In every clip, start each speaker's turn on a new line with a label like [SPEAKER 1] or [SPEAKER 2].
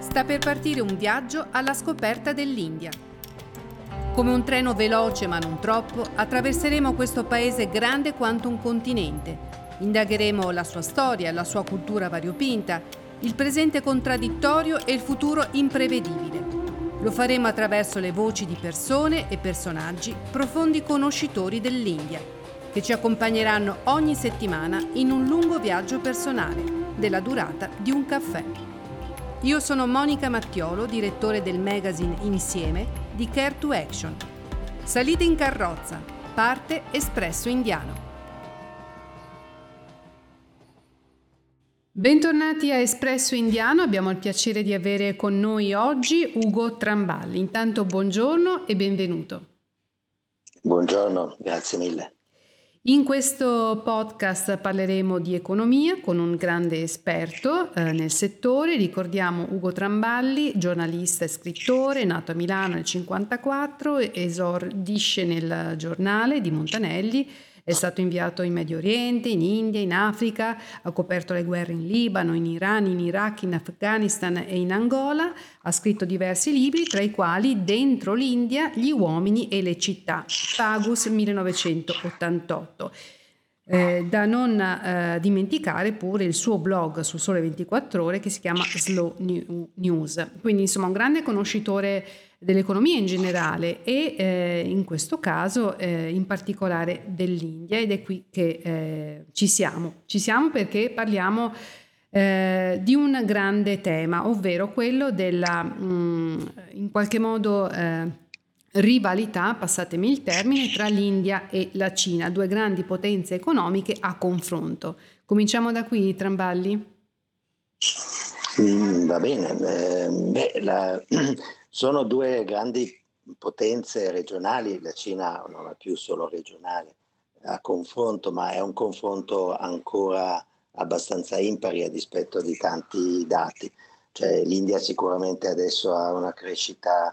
[SPEAKER 1] Sta per partire un viaggio alla scoperta dell'India. Come un treno veloce ma non troppo, attraverseremo questo paese grande quanto un continente. Indagheremo la sua storia, la sua cultura variopinta, il presente contraddittorio e il futuro imprevedibile. Lo faremo attraverso le voci di persone e personaggi profondi conoscitori dell'India, che ci accompagneranno ogni settimana in un lungo viaggio personale, della durata di un caffè. Io sono Monica Mattiolo, direttore del magazine Insieme di Care to Action. Salite in carrozza, parte Espresso Indiano. Bentornati a Espresso Indiano, abbiamo il piacere di avere con noi oggi Ugo Tramballi. Intanto buongiorno e benvenuto.
[SPEAKER 2] Buongiorno, grazie mille.
[SPEAKER 1] In questo podcast parleremo di economia con un grande esperto nel settore. Ricordiamo Ugo Tramballi, giornalista e scrittore, nato a Milano nel 1954, esordisce nel giornale di Montanelli, è stato inviato in Medio Oriente, in India, in Africa, ha coperto le guerre in Libano, in Iran, in Iraq, in Afghanistan e in Angola, ha scritto diversi libri, tra i quali Dentro l'India, gli uomini e le città, Pagus 1988. Da non dimenticare pure il suo blog sul Sole 24 Ore che si chiama Slow News. Quindi insomma un grande conoscitore dell'economia in generale e in questo caso in particolare dell'India, ed è qui che ci siamo perché parliamo di un grande tema, ovvero quello della in qualche modo rivalità, passatemi il termine, tra l'India e la Cina, due grandi potenze economiche a confronto. Cominciamo da qui, Tramballi?
[SPEAKER 2] Va bene, sono due grandi potenze regionali, la Cina non è più solo regionale a confronto, ma è un confronto ancora abbastanza impari a dispetto di tanti dati. Cioè, l'India sicuramente adesso ha una crescita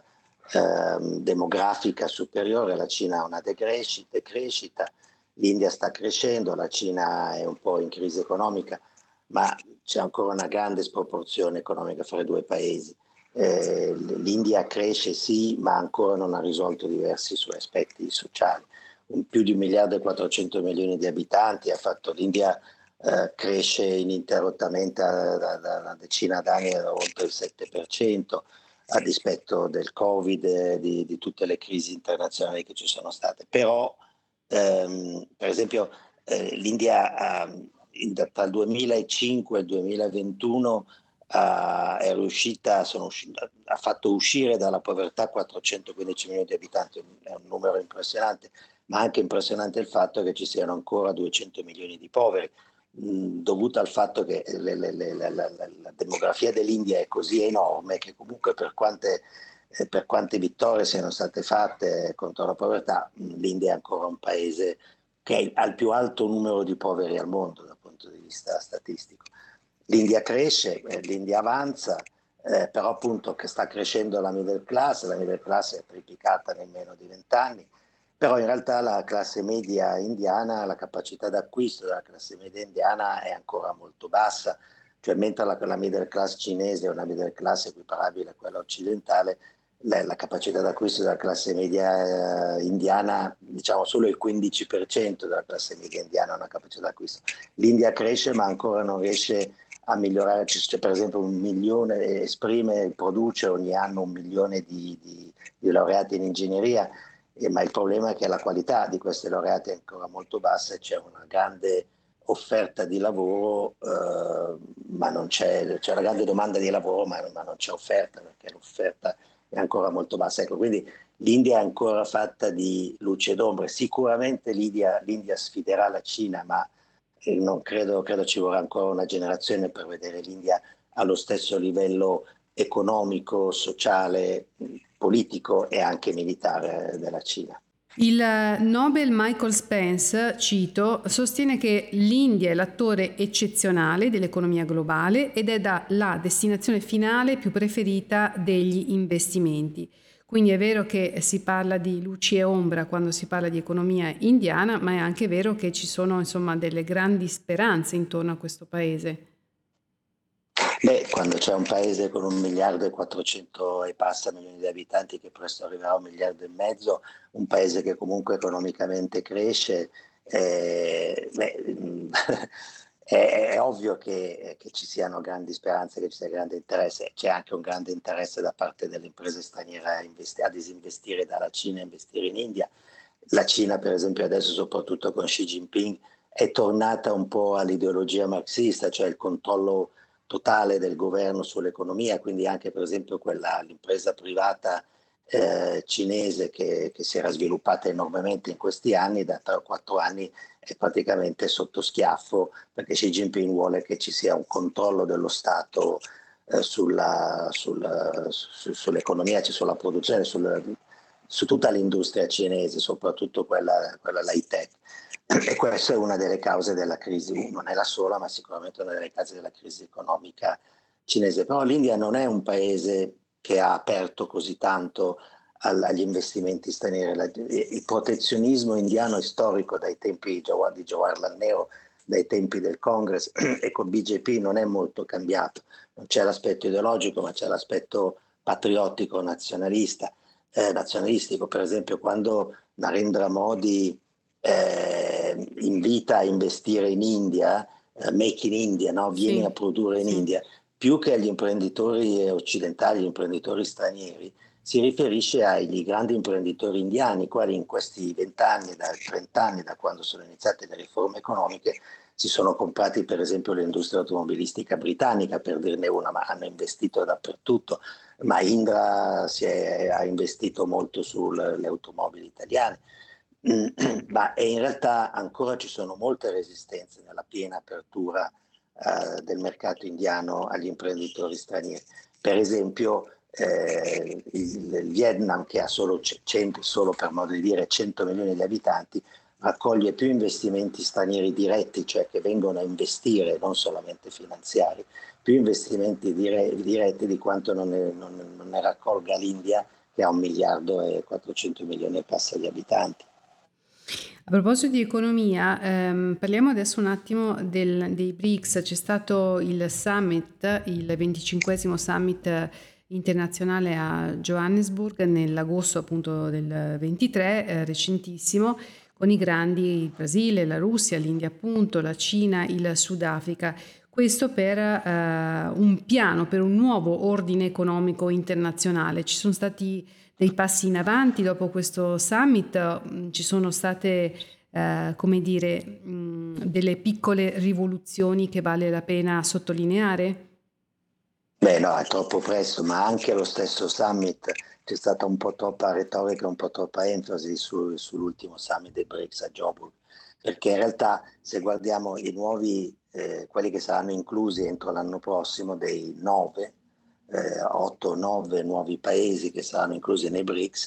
[SPEAKER 2] demografica superiore, la Cina ha una decrescita, l'India sta crescendo, la Cina è un po' in crisi economica, ma c'è ancora una grande sproporzione economica fra i due paesi. L'India cresce sì, ma ancora non ha risolto diversi suoi aspetti sociali. Più di 1.400.000.000 di abitanti ha fatto l'India, cresce ininterrottamente da una decina d'anni oltre il 7%, a dispetto del Covid, di tutte le crisi internazionali che ci sono state. Però, per esempio, l'India tra il 2005 e il 2021 è riuscita, ha fatto uscire dalla povertà 415 milioni di abitanti, è un numero impressionante, ma anche impressionante il fatto che ci siano ancora 200 milioni di poveri, dovuto al fatto che la demografia dell'India è così enorme che comunque per quante vittorie siano state fatte contro la povertà, l'India è ancora un paese che ha il più alto numero di poveri al mondo dal punto di vista statistico. L'India cresce, l'India avanza, però appunto che sta crescendo la middle class è triplicata in meno di 20 anni, però in realtà la classe media indiana, la capacità d'acquisto della classe media indiana è ancora molto bassa, cioè mentre la middle class cinese è una middle class equiparabile a quella occidentale, la capacità d'acquisto della classe media indiana, diciamo solo il 15% della classe media indiana ha una capacità d'acquisto. L'India cresce ma ancora non riesce a migliorare, c'è per esempio 1 milione, produce ogni anno 1 milione di laureati in ingegneria, ma il problema è che la qualità di questi laureati è ancora molto bassa e c'è una grande offerta di lavoro, ma non c'è una grande domanda di lavoro, ma non c'è offerta, perché l'offerta è ancora molto bassa. Ecco, quindi l'India è ancora fatta di luce ed ombre. Sicuramente l'India sfiderà la Cina, ma non credo ci vorrà ancora una generazione per vedere l'India allo stesso livello economico, sociale, politico e anche militare della Cina.
[SPEAKER 1] Il Nobel Michael Spence, cito, sostiene che l'India è l'attore eccezionale dell'economia globale ed è la destinazione finale più preferita degli investimenti. Quindi è vero che si parla di luci e ombra quando si parla di economia indiana, ma è anche vero che ci sono insomma delle grandi speranze intorno a questo paese.
[SPEAKER 2] quando c'è un paese con 1.400 e passa milioni di abitanti che presto arriverà a 1,5 miliardi, un paese che comunque economicamente cresce, è ovvio che ci siano grandi speranze, che ci sia grande interesse. C'è anche un grande interesse da parte delle imprese straniere a disinvestire dalla Cina e investire in India. La Cina, per esempio, adesso soprattutto con Xi Jinping, è tornata un po' all'ideologia marxista, cioè il controllo totale del governo sull'economia, quindi anche per esempio l'impresa privata cinese che si era sviluppata enormemente in questi anni, da 3 o 4 anni è praticamente sotto schiaffo, perché Xi Jinping vuole che ci sia un controllo dello Stato sull'economia, cioè sulla produzione, su tutta l'industria cinese, soprattutto quella high tech. E questa è una delle cause della crisi, non è la sola, ma sicuramente una delle cause della crisi economica cinese. Però l'India non è un paese che ha aperto così tanto agli investimenti stranieri. Il protezionismo indiano è storico dai tempi di Jawaharlal Nehru, dai tempi del Congress, e con BJP non è molto cambiato. Non c'è l'aspetto ideologico, ma c'è l'aspetto patriottico nazionalistico. Per esempio, quando Narendra Modi invita a investire in India, make in India, no? Vieni
[SPEAKER 1] Sì,
[SPEAKER 2] a produrre in
[SPEAKER 1] sì.
[SPEAKER 2] India, più che agli imprenditori occidentali, agli imprenditori stranieri, si riferisce ai grandi imprenditori indiani, quali in questi 20 anni, 30 anni, da quando sono iniziate le riforme economiche, si sono comprati per esempio l'industria automobilistica britannica, per dirne una, ma hanno investito dappertutto. Mahindra ha investito molto sulle automobili italiane. E in realtà ancora ci sono molte resistenze nella piena apertura del mercato indiano agli imprenditori stranieri. Per esempio il Vietnam, che ha solo per modo di dire 100 milioni di abitanti, raccoglie più investimenti stranieri diretti, cioè che vengono a investire, non solamente finanziari, più investimenti diretti di quanto non ne raccolga l'India, che ha 1,4 miliardi e passa di abitanti.
[SPEAKER 1] A proposito di economia, parliamo adesso un attimo dei BRICS. C'è stato il summit, il 25esimo summit internazionale a Johannesburg nell'agosto appunto del 23, recentissimo, con i grandi, il Brasile, la Russia, l'India appunto, la Cina, il Sudafrica. Questo per un piano, per un nuovo ordine economico internazionale. Ci sono stati dei passi in avanti dopo questo summit, ci sono state, come dire, delle piccole rivoluzioni che vale la pena sottolineare?
[SPEAKER 2] Beh, no, è troppo presto, ma anche lo stesso summit c'è stata un po' troppa retorica, un po' troppa enfasi sull'ultimo summit dei BRICS a Joburg, perché in realtà se guardiamo i nuovi, quelli che saranno inclusi entro l'anno prossimo, dei 8-9 nuovi paesi che saranno inclusi nei BRICS,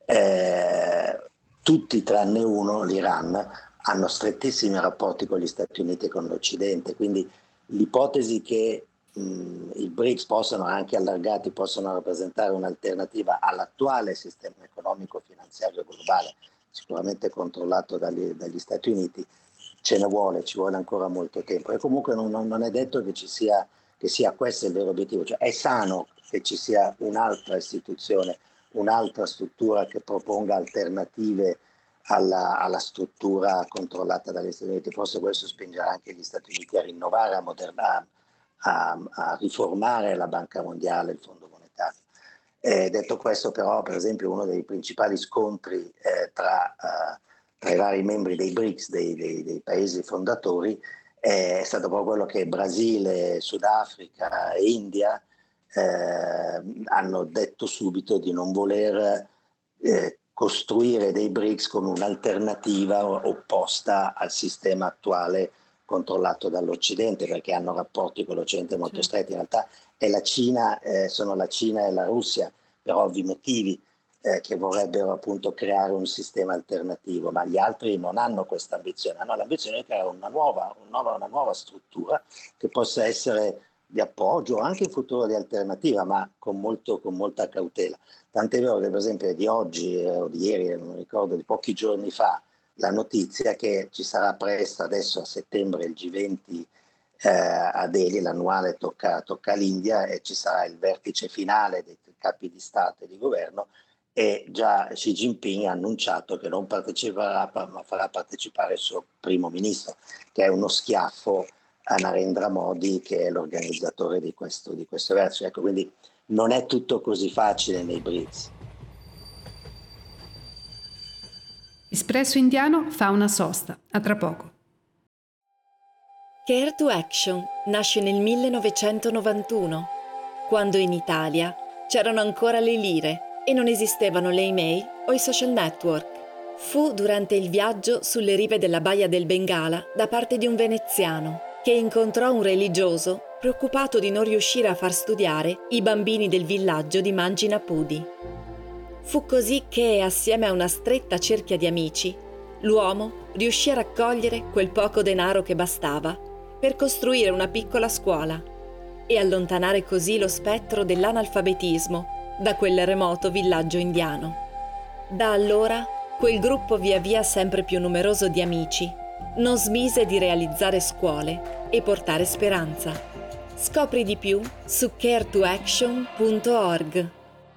[SPEAKER 2] tutti tranne uno, l'Iran, hanno strettissimi rapporti con gli Stati Uniti e con l'Occidente, quindi l'ipotesi che i BRICS possano, anche allargati, possono rappresentare un'alternativa all'attuale sistema economico-finanziario globale, sicuramente controllato dagli Stati Uniti, ci vuole ancora molto tempo. E comunque non è detto che sia questo il vero obiettivo. Cioè, è sano che ci sia un'altra istituzione, un'altra struttura che proponga alternative alla struttura controllata dagli Stati Uniti. Forse questo spingerà anche gli Stati Uniti a rinnovare, a modernare, a riformare la Banca Mondiale, il Fondo Monetario. Detto questo, però, per esempio, uno dei principali scontri tra i vari membri dei BRICS, dei paesi fondatori, è stato proprio quello che Brasile, Sudafrica e India hanno detto subito di non voler costruire dei BRICS come un'alternativa opposta al sistema attuale controllato dall'Occidente, perché hanno rapporti con l'Occidente molto stretti. In realtà è la Cina, sono la Cina e la Russia, per ovvi motivi, che vorrebbero appunto creare un sistema alternativo, ma gli altri non hanno questa ambizione, hanno l'ambizione di creare una nuova struttura che possa essere di appoggio, anche in futuro di alternativa, ma con molta cautela. Tant'è vero che per esempio di oggi o di ieri, non ricordo, di pochi giorni fa, la notizia che ci sarà presto, adesso a settembre, il G20 a Delhi, l'annuale tocca all'India, e ci sarà il vertice finale dei capi di Stato e di governo, e già Xi Jinping ha annunciato che non parteciperà, ma farà partecipare il suo primo ministro, che è uno schiaffo a Narendra Modi, che è l'organizzatore di questo vertice. Ecco, quindi non è tutto così facile nei BRICS.
[SPEAKER 1] Espresso Indiano fa una sosta. A tra poco.
[SPEAKER 3] Care to Action nasce nel 1991, quando in Italia c'erano ancora le lire e non esistevano le email o i social network. Fu durante il viaggio sulle rive della Baia del Bengala da parte di un veneziano che incontrò un religioso preoccupato di non riuscire a far studiare i bambini del villaggio di Manginapudi. Fu così che, assieme a una stretta cerchia di amici, l'uomo riuscì a raccogliere quel poco denaro che bastava per costruire una piccola scuola e allontanare così lo spettro dell'analfabetismo da quel remoto villaggio indiano. Da allora, quel gruppo via via sempre più numeroso di amici non smise di realizzare scuole e portare speranza. Scopri di più su caretoaction.org.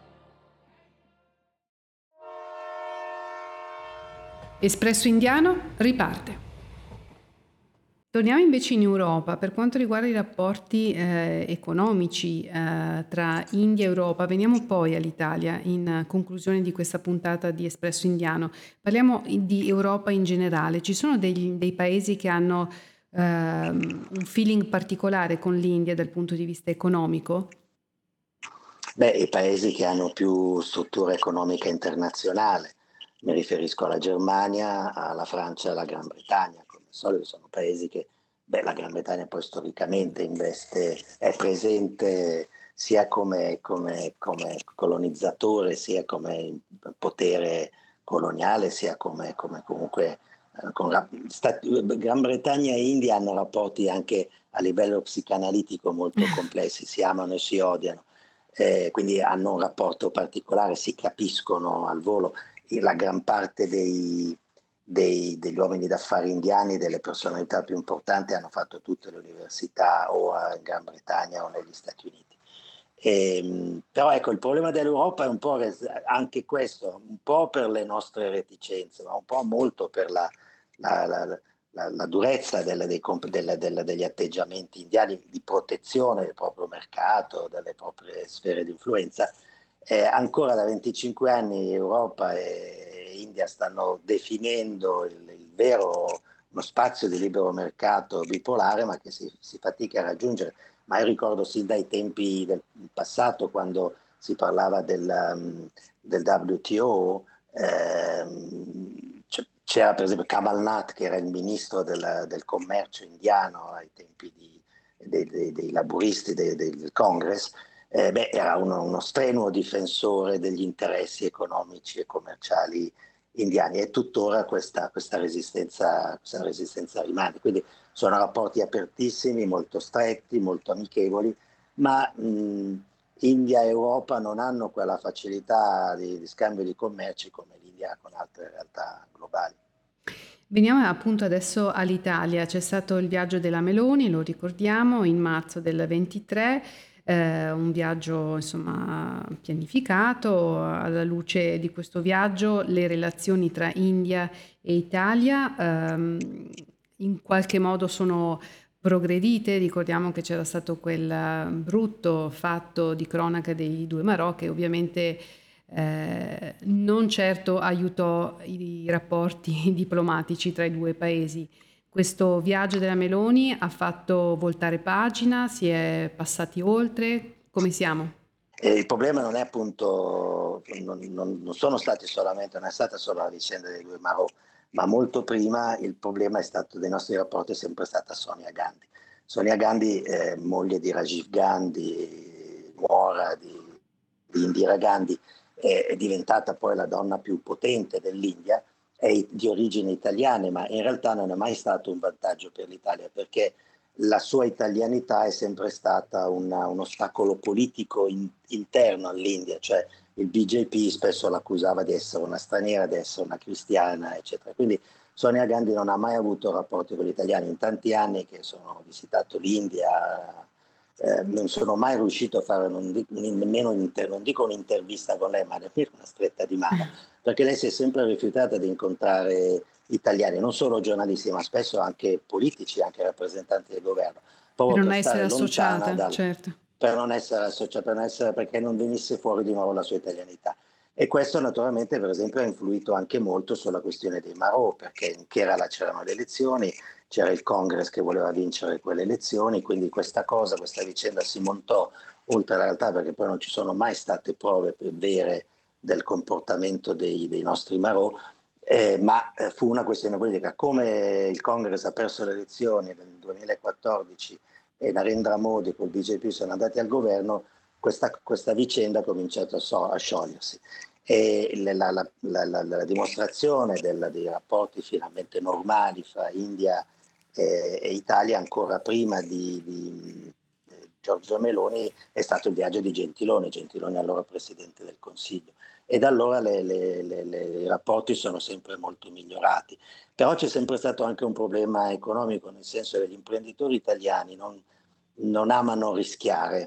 [SPEAKER 1] Espresso Indiano riparte. Torniamo invece in Europa. Per quanto riguarda i rapporti economici tra India e Europa, veniamo poi all'Italia in conclusione di questa puntata di Espresso Indiano. Parliamo di Europa in generale. Ci sono dei paesi che hanno un feeling particolare con l'India dal punto di vista economico?
[SPEAKER 2] Beh, i paesi che hanno più struttura economica internazionale, mi riferisco alla Germania, alla Francia e alla Gran Bretagna. Come al solito sono paesi che, la Gran Bretagna poi storicamente investe, è presente sia come colonizzatore, sia come potere coloniale, sia come comunque Gran Bretagna e India hanno rapporti anche a livello psicanalitico molto complessi, si amano e si odiano. Quindi hanno un rapporto particolare, si capiscono al volo. La gran parte degli uomini d'affari indiani, delle personalità più importanti, hanno fatto tutte le università o in Gran Bretagna o negli Stati Uniti. Però ecco, il problema dell'Europa è un po' anche questo, un po' per le nostre reticenze, ma un po' molto per la durezza degli atteggiamenti indiani di protezione del proprio mercato, delle proprie sfere di influenza. Ancora da 25 anni Europa e India stanno definendo il vero uno spazio di libero mercato bipolare, ma che si fatica a raggiungere. Ma io ricordo sin dai tempi del passato, quando si parlava del WTO, c'era per esempio Kamal Nath, che era il ministro del commercio indiano ai tempi dei laburisti del Congress. Era uno strenuo difensore degli interessi economici e commerciali indiani, e tuttora questa resistenza rimane. Quindi sono rapporti apertissimi, molto stretti, molto amichevoli, ma India e Europa non hanno quella facilità di scambio di commerci come l'India ha con altre realtà globali.
[SPEAKER 1] Veniamo appunto adesso all'Italia. C'è stato il viaggio della Meloni, lo ricordiamo, in marzo del 23, un viaggio insomma pianificato. Alla luce di questo viaggio le relazioni tra India e Italia in qualche modo sono progredite. Ricordiamo che c'era stato quel brutto fatto di cronaca dei due Marò, che ovviamente non certo aiutò i rapporti diplomatici tra i due paesi. Questo viaggio della Meloni ha fatto voltare pagina, si è passati oltre, come siamo?
[SPEAKER 2] Il problema non è appunto, non sono stati solamente, non è stata solo la vicenda dei due Marò, ma molto prima il problema è stato dei nostri rapporti, è sempre stata Sonia Gandhi. Sonia Gandhi, moglie di Rajiv Gandhi, nuora di Indira Gandhi, è diventata poi la donna più potente dell'India, è di origini italiane, ma in realtà non è mai stato un vantaggio per l'Italia, perché la sua italianità è sempre stata un ostacolo politico interno all'India, cioè il BJP spesso l'accusava di essere una straniera, di essere una cristiana, eccetera. Quindi Sonia Gandhi non ha mai avuto rapporti con gli italiani. In tanti anni che ho visitato l'India, non sono mai riuscito a fare non dico un'intervista con lei, ma nemmeno una stretta di mano, perché lei si è sempre rifiutata di incontrare italiani, non solo giornalisti, ma spesso anche politici, anche rappresentanti del governo.
[SPEAKER 1] Per non essere associata, certo.
[SPEAKER 2] Per non essere associata, perché non venisse fuori di nuovo la sua italianità. E questo naturalmente, per esempio, ha influito anche molto sulla questione dei Marò, perché in Kerala c'erano le elezioni, c'era il Congress che voleva vincere quelle elezioni, quindi questa vicenda si montò oltre la realtà, perché poi non ci sono mai state prove vere del comportamento dei nostri Marò, ma fu una questione politica. Come il Congress ha perso le elezioni nel 2014 e Narendra Modi col BJP sono andati al governo, questa vicenda ha cominciato a sciogliersi. E la dimostrazione dei rapporti finalmente normali fra India e Italia, ancora prima di Giorgia Meloni, è stato il viaggio di Gentiloni allora Presidente del Consiglio, e da allora i rapporti sono sempre molto migliorati. Però c'è sempre stato anche un problema economico, nel senso che gli imprenditori italiani non amano rischiare,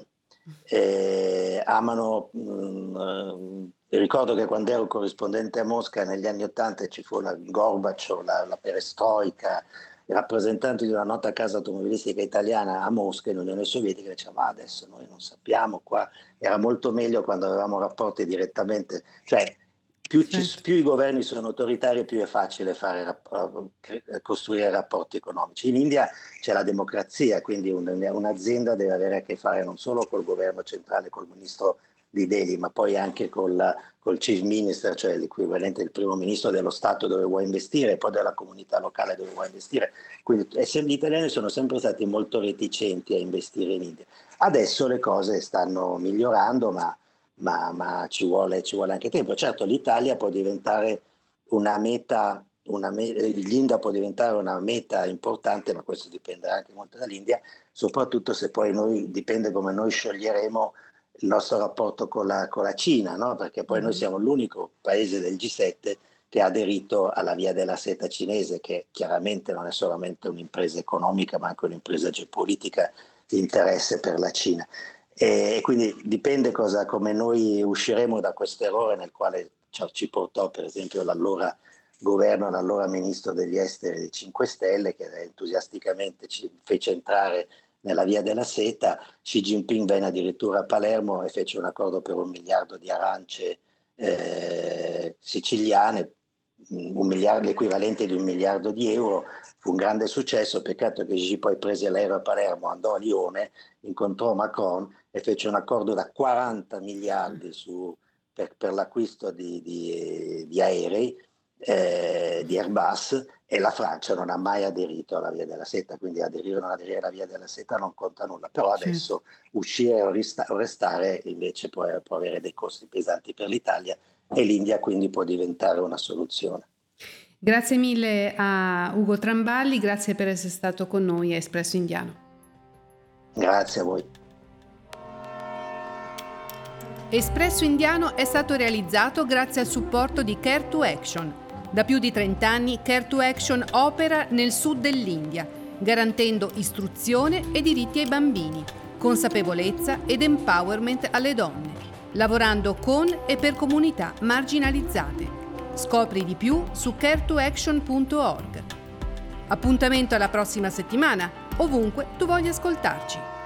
[SPEAKER 2] ricordo che quando ero corrispondente a Mosca negli anni '80 ci fu la Gorbaciov, la perestroica, i rappresentanti di una nota casa automobilistica italiana a Mosca, in Unione Sovietica, dicevano adesso noi non sappiamo, qua era molto meglio quando avevamo rapporti direttamente, cioè più i governi sono autoritari, più è facile costruire rapporti economici. In India c'è la democrazia, quindi un'azienda deve avere a che fare non solo col governo centrale, col ministro di Delhi, ma poi anche col chief minister, cioè l'equivalente del primo ministro dello Stato dove vuoi investire, e poi della comunità locale dove vuoi investire. Quindi gli italiani sono sempre stati molto reticenti a investire in India. Adesso le cose stanno migliorando, ma ci vuole anche tempo. Certo, l'Italia può diventare l'India può diventare una meta importante, ma questo dipende anche molto dall'India, soprattutto se poi dipende come noi scioglieremo il nostro rapporto con la Cina, no? Perché poi noi siamo l'unico paese del G7 che ha aderito alla via della seta cinese, che chiaramente non è solamente un'impresa economica, ma anche un'impresa geopolitica di interesse per la Cina. E quindi dipende come noi usciremo da questo errore nel quale ci portò per esempio l'allora governo, l'allora ministro degli esteri dei 5 Stelle, che entusiasticamente ci fece entrare nella via della seta. Xi Jinping venne addirittura a Palermo e fece un accordo per 1 miliardo di arance siciliane, l'equivalente di 1 miliardo di euro. Fu un grande successo, peccato che Xi poi prese l'aereo a Palermo, andò a Lione, incontrò Macron e fece un accordo da 40 miliardi per l'acquisto di aerei, di Airbus, e la Francia non ha mai aderito alla via della seta, quindi aderire o non aderire alla via della seta non conta nulla. Però adesso uscire o restare invece può avere dei costi pesanti per l'Italia, e l'India quindi può diventare una soluzione.
[SPEAKER 1] Grazie mille a Ugo Tramballi, grazie per essere stato con noi a Espresso Indiano.
[SPEAKER 2] Grazie a voi.
[SPEAKER 1] Espresso Indiano è stato realizzato grazie al supporto di Care2Action. Da più di 30 anni Care2Action opera nel sud dell'India, garantendo istruzione e diritti ai bambini, consapevolezza ed empowerment alle donne, lavorando con e per comunità marginalizzate. Scopri di più su care2action.org. Appuntamento alla prossima settimana, ovunque tu voglia ascoltarci.